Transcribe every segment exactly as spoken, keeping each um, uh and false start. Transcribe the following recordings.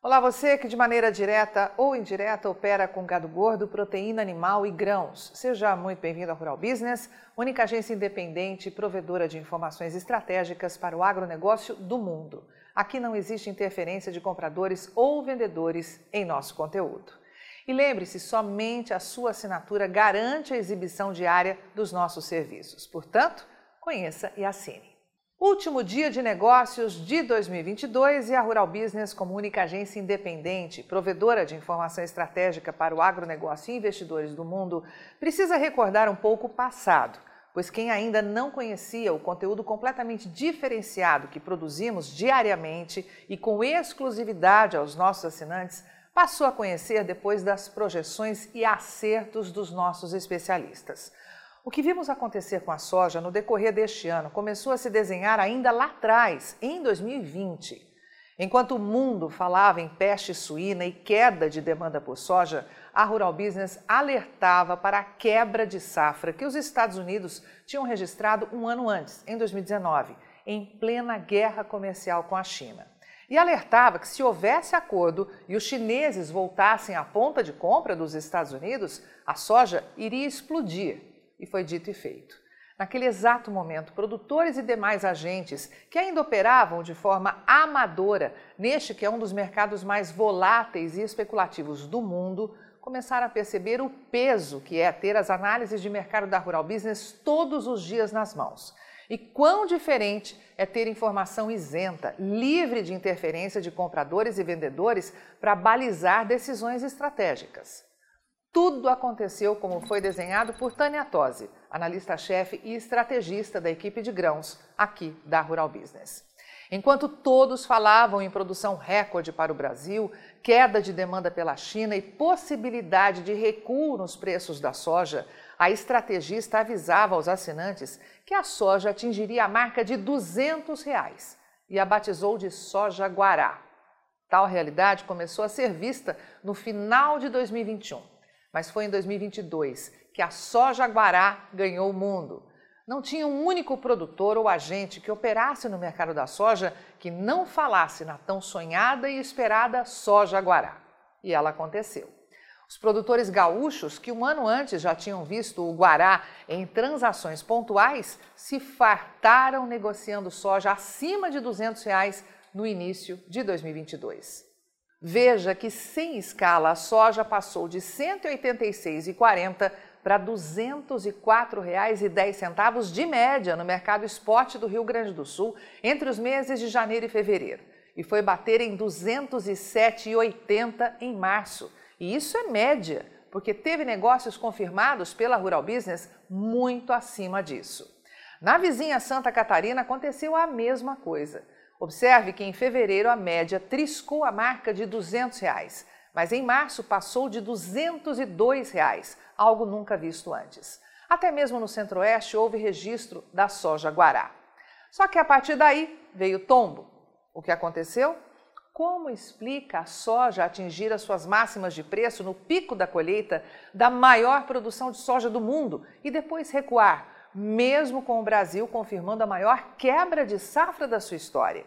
Olá, você que de maneira direta ou indireta opera com gado gordo, proteína animal e grãos. Seja muito bem-vindo ao Rural Business, única agência independente e provedora de informações estratégicas para o agronegócio do mundo. Aqui não existe interferência de compradores ou vendedores em nosso conteúdo. E lembre-se, somente a sua assinatura garante a exibição diária dos nossos serviços. Portanto, conheça e assine. Último dia de negócios de dois mil e vinte e dois e a Rural Business, como única agência independente, provedora de informação estratégica para o agronegócio e investidores do mundo, precisa recordar um pouco o passado, pois quem ainda não conhecia o conteúdo completamente diferenciado que produzimos diariamente e com exclusividade aos nossos assinantes, passou a conhecer depois das projeções e acertos dos nossos especialistas. O que vimos acontecer com a soja no decorrer deste ano começou a se desenhar ainda lá atrás, em dois mil e vinte. Enquanto o mundo falava em peste suína e queda de demanda por soja, a Rural Business alertava para a quebra de safra que os Estados Unidos tinham registrado um ano antes, em dois mil e dezenove, em plena guerra comercial com a China. E alertava que se houvesse acordo e os chineses voltassem à ponta de compra dos Estados Unidos, a soja iria explodir. E foi dito e feito. Naquele exato momento, produtores e demais agentes que ainda operavam de forma amadora neste que é um dos mercados mais voláteis e especulativos do mundo, começaram a perceber o peso que é ter as análises de mercado da Rural Business todos os dias nas mãos. E quão diferente é ter informação isenta, livre de interferência de compradores e vendedores para balizar decisões estratégicas. Tudo aconteceu como foi desenhado por Tânia Tosi, analista-chefe e estrategista da equipe de grãos aqui da Rural Business. Enquanto todos falavam em produção recorde para o Brasil, queda de demanda pela China e possibilidade de recuo nos preços da soja, a estrategista avisava aos assinantes que a soja atingiria a marca de duzentos reais e a batizou de soja guará. Tal realidade começou a ser vista no final de dois mil e vinte e um. Mas foi em dois mil e vinte e dois que a soja guará ganhou o mundo. Não tinha um único produtor ou agente que operasse no mercado da soja que não falasse na tão sonhada e esperada soja guará. E ela aconteceu. Os produtores gaúchos, que um ano antes já tinham visto o guará em transações pontuais, se fartaram negociando soja acima de duzentos reais no início de dois mil e vinte e dois. Veja que, sem escala, a soja passou de cento e oitenta e seis reais e quarenta centavos para duzentos e quatro reais e dez centavos de média no mercado spot do Rio Grande do Sul entre os meses de janeiro e fevereiro. E foi bater em duzentos e sete reais e oitenta centavos em março. E isso é média, porque teve negócios confirmados pela Rural Business muito acima disso. Na vizinha Santa Catarina aconteceu a mesma coisa. Observe que em fevereiro a média triscou a marca de duzentos reais, mas em março passou de duzentos e dois reais, algo nunca visto antes. Até mesmo no Centro-Oeste houve registro da soja guará. Só que a partir daí veio o tombo. O que aconteceu? Como explica a soja atingir as suas máximas de preço no pico da colheita da maior produção de soja do mundo e depois recuar, mesmo com o Brasil confirmando a maior quebra de safra da sua história?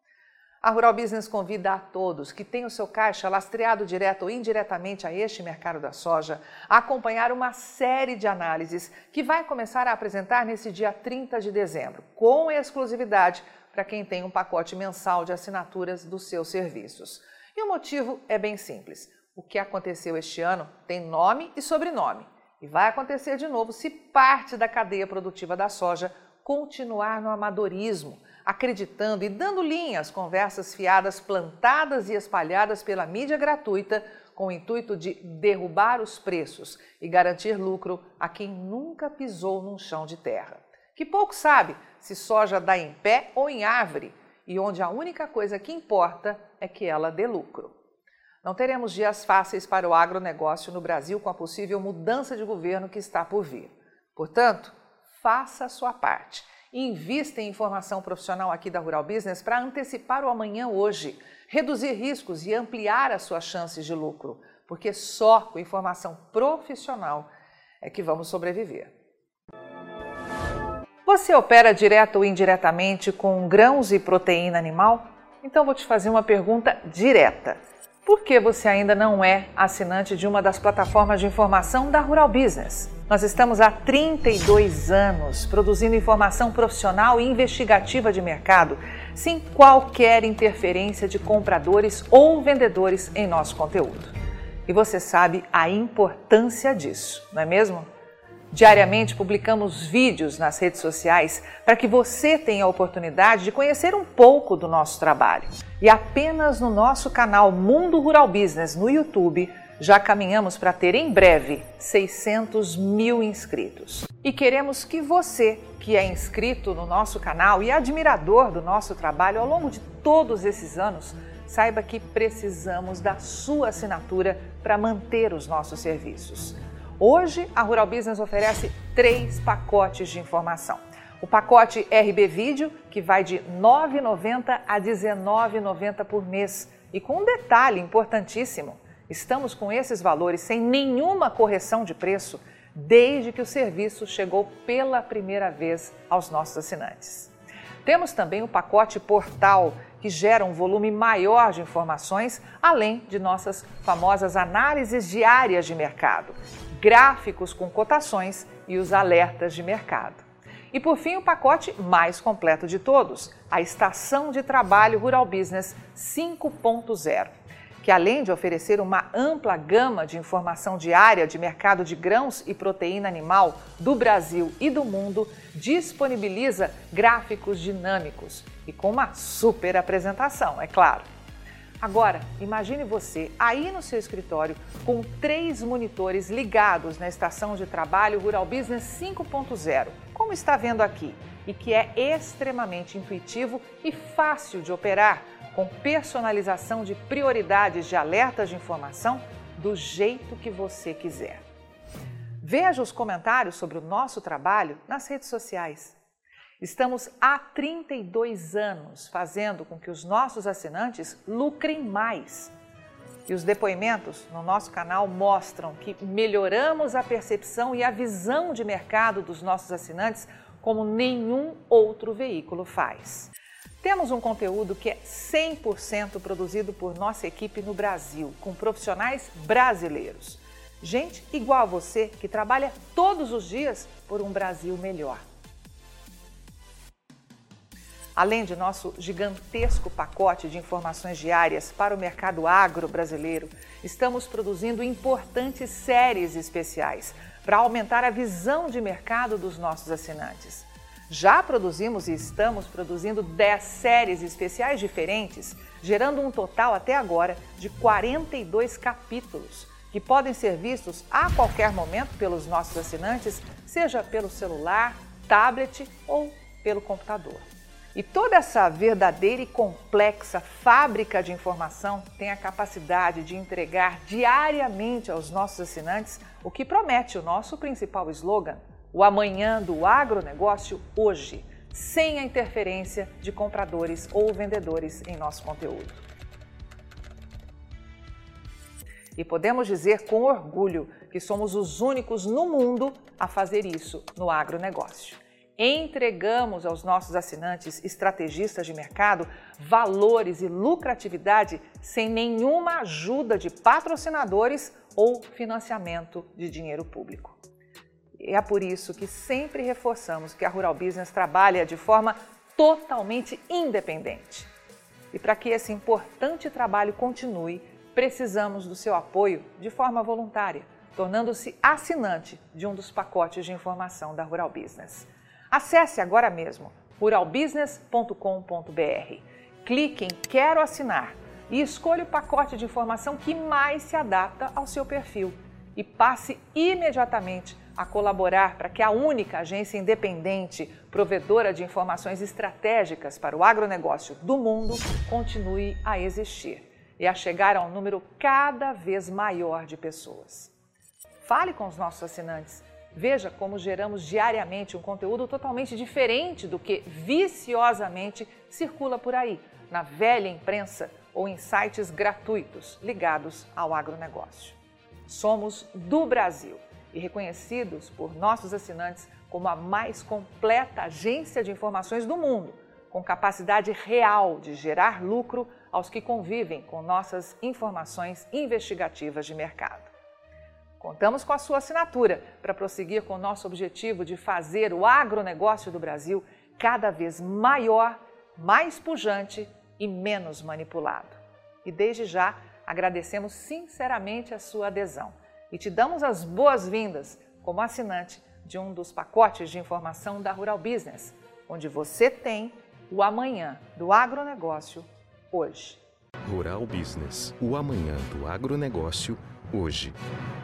A Rural Business convida a todos que têm o seu caixa lastreado direto ou indiretamente a este mercado da soja a acompanhar uma série de análises que vai começar a apresentar nesse dia trinta de dezembro, com exclusividade para quem tem um pacote mensal de assinaturas dos seus serviços. E o motivo é bem simples. O que aconteceu este ano tem nome e sobrenome. E vai acontecer de novo se parte da cadeia produtiva da soja continuar no amadorismo, acreditando e dando linha às conversas fiadas plantadas e espalhadas pela mídia gratuita com o intuito de derrubar os preços e garantir lucro a quem nunca pisou num chão de terra. Que pouco sabe se soja dá em pé ou em árvore e onde a única coisa que importa é que ela dê lucro. Não teremos dias fáceis para o agronegócio no Brasil com a possível mudança de governo que está por vir. Portanto, faça a sua parte. Invista em informação profissional aqui da Rural Business para antecipar o amanhã hoje, reduzir riscos e ampliar as suas chances de lucro, porque só com informação profissional é que vamos sobreviver. Você opera direto ou indiretamente com grãos e proteína animal? Então vou te fazer uma pergunta direta. Por que você ainda não é assinante de uma das plataformas de informação da Rural Business? Nós estamos há trinta e dois anos produzindo informação profissional e investigativa de mercado, sem qualquer interferência de compradores ou vendedores em nosso conteúdo. E você sabe a importância disso, não é mesmo? Diariamente publicamos vídeos nas redes sociais para que você tenha a oportunidade de conhecer um pouco do nosso trabalho. E apenas no nosso canal Mundo Rural Business no YouTube já caminhamos para ter em breve seiscentos mil inscritos. E queremos que você, que é inscrito no nosso canal e admirador do nosso trabalho ao longo de todos esses anos, saiba que precisamos da sua assinatura para manter os nossos serviços. Hoje, a Rural Business oferece três pacotes de informação. O pacote R B Vídeo, que vai de nove reais e noventa centavos a dezenove reais e noventa centavos por mês. E com um detalhe importantíssimo, estamos com esses valores sem nenhuma correção de preço desde que o serviço chegou pela primeira vez aos nossos assinantes. Temos também o pacote Portal, que gera um volume maior de informações, além de nossas famosas análises diárias de mercado, gráficos com cotações e os alertas de mercado. E por fim, o pacote mais completo de todos, a Estação de Trabalho Rural Business cinco ponto zero, que além de oferecer uma ampla gama de informação diária de mercado de grãos e proteína animal do Brasil e do mundo, disponibiliza gráficos dinâmicos e com uma super apresentação, é claro. Agora, imagine você aí no seu escritório com três monitores ligados na Estação de Trabalho Rural Business cinco ponto zero, como está vendo aqui, e que é extremamente intuitivo e fácil de operar, com personalização de prioridades de alertas de informação do jeito que você quiser. Veja os comentários sobre o nosso trabalho nas redes sociais. Estamos há trinta e dois anos fazendo com que os nossos assinantes lucrem mais. E os depoimentos no nosso canal mostram que melhoramos a percepção e a visão de mercado dos nossos assinantes como nenhum outro veículo faz. Temos um conteúdo que é cem por cento produzido por nossa equipe no Brasil, com profissionais brasileiros. Gente igual a você que trabalha todos os dias por um Brasil melhor. Além de nosso gigantesco pacote de informações diárias para o mercado agro brasileiro, estamos produzindo importantes séries especiais para aumentar a visão de mercado dos nossos assinantes. Já produzimos e estamos produzindo dez séries especiais diferentes, gerando um total até agora de quarenta e dois capítulos, que podem ser vistos a qualquer momento pelos nossos assinantes, seja pelo celular, tablet ou pelo computador. E toda essa verdadeira e complexa fábrica de informação tem a capacidade de entregar diariamente aos nossos assinantes o que promete o nosso principal slogan: o amanhã do agronegócio hoje, sem a interferência de compradores ou vendedores em nosso conteúdo. E podemos dizer com orgulho que somos os únicos no mundo a fazer isso no agronegócio. Entregamos aos nossos assinantes estrategistas de mercado valores e lucratividade sem nenhuma ajuda de patrocinadores ou financiamento de dinheiro público. E é por isso que sempre reforçamos que a Rural Business trabalha de forma totalmente independente. E para que esse importante trabalho continue, precisamos do seu apoio de forma voluntária, tornando-se assinante de um dos pacotes de informação da Rural Business. Acesse agora mesmo rural business ponto com ponto br, clique em Quero Assinar e escolha o pacote de informação que mais se adapta ao seu perfil e passe imediatamente a colaborar para que a única agência independente provedora de informações estratégicas para o agronegócio do mundo continue a existir e a chegar a um número cada vez maior de pessoas. Fale com os nossos assinantes. Veja como geramos diariamente um conteúdo totalmente diferente do que viciosamente circula por aí, na velha imprensa ou em sites gratuitos ligados ao agronegócio. Somos do Brasil e reconhecidos por nossos assinantes como a mais completa agência de informações do mundo, com capacidade real de gerar lucro aos que convivem com nossas informações investigativas de mercado. Contamos com a sua assinatura para prosseguir com o nosso objetivo de fazer o agronegócio do Brasil cada vez maior, mais pujante e menos manipulado. E desde já agradecemos sinceramente a sua adesão e te damos as boas-vindas como assinante de um dos pacotes de informação da Rural Business, onde você tem o amanhã do agronegócio hoje. Rural Business, o amanhã do agronegócio hoje.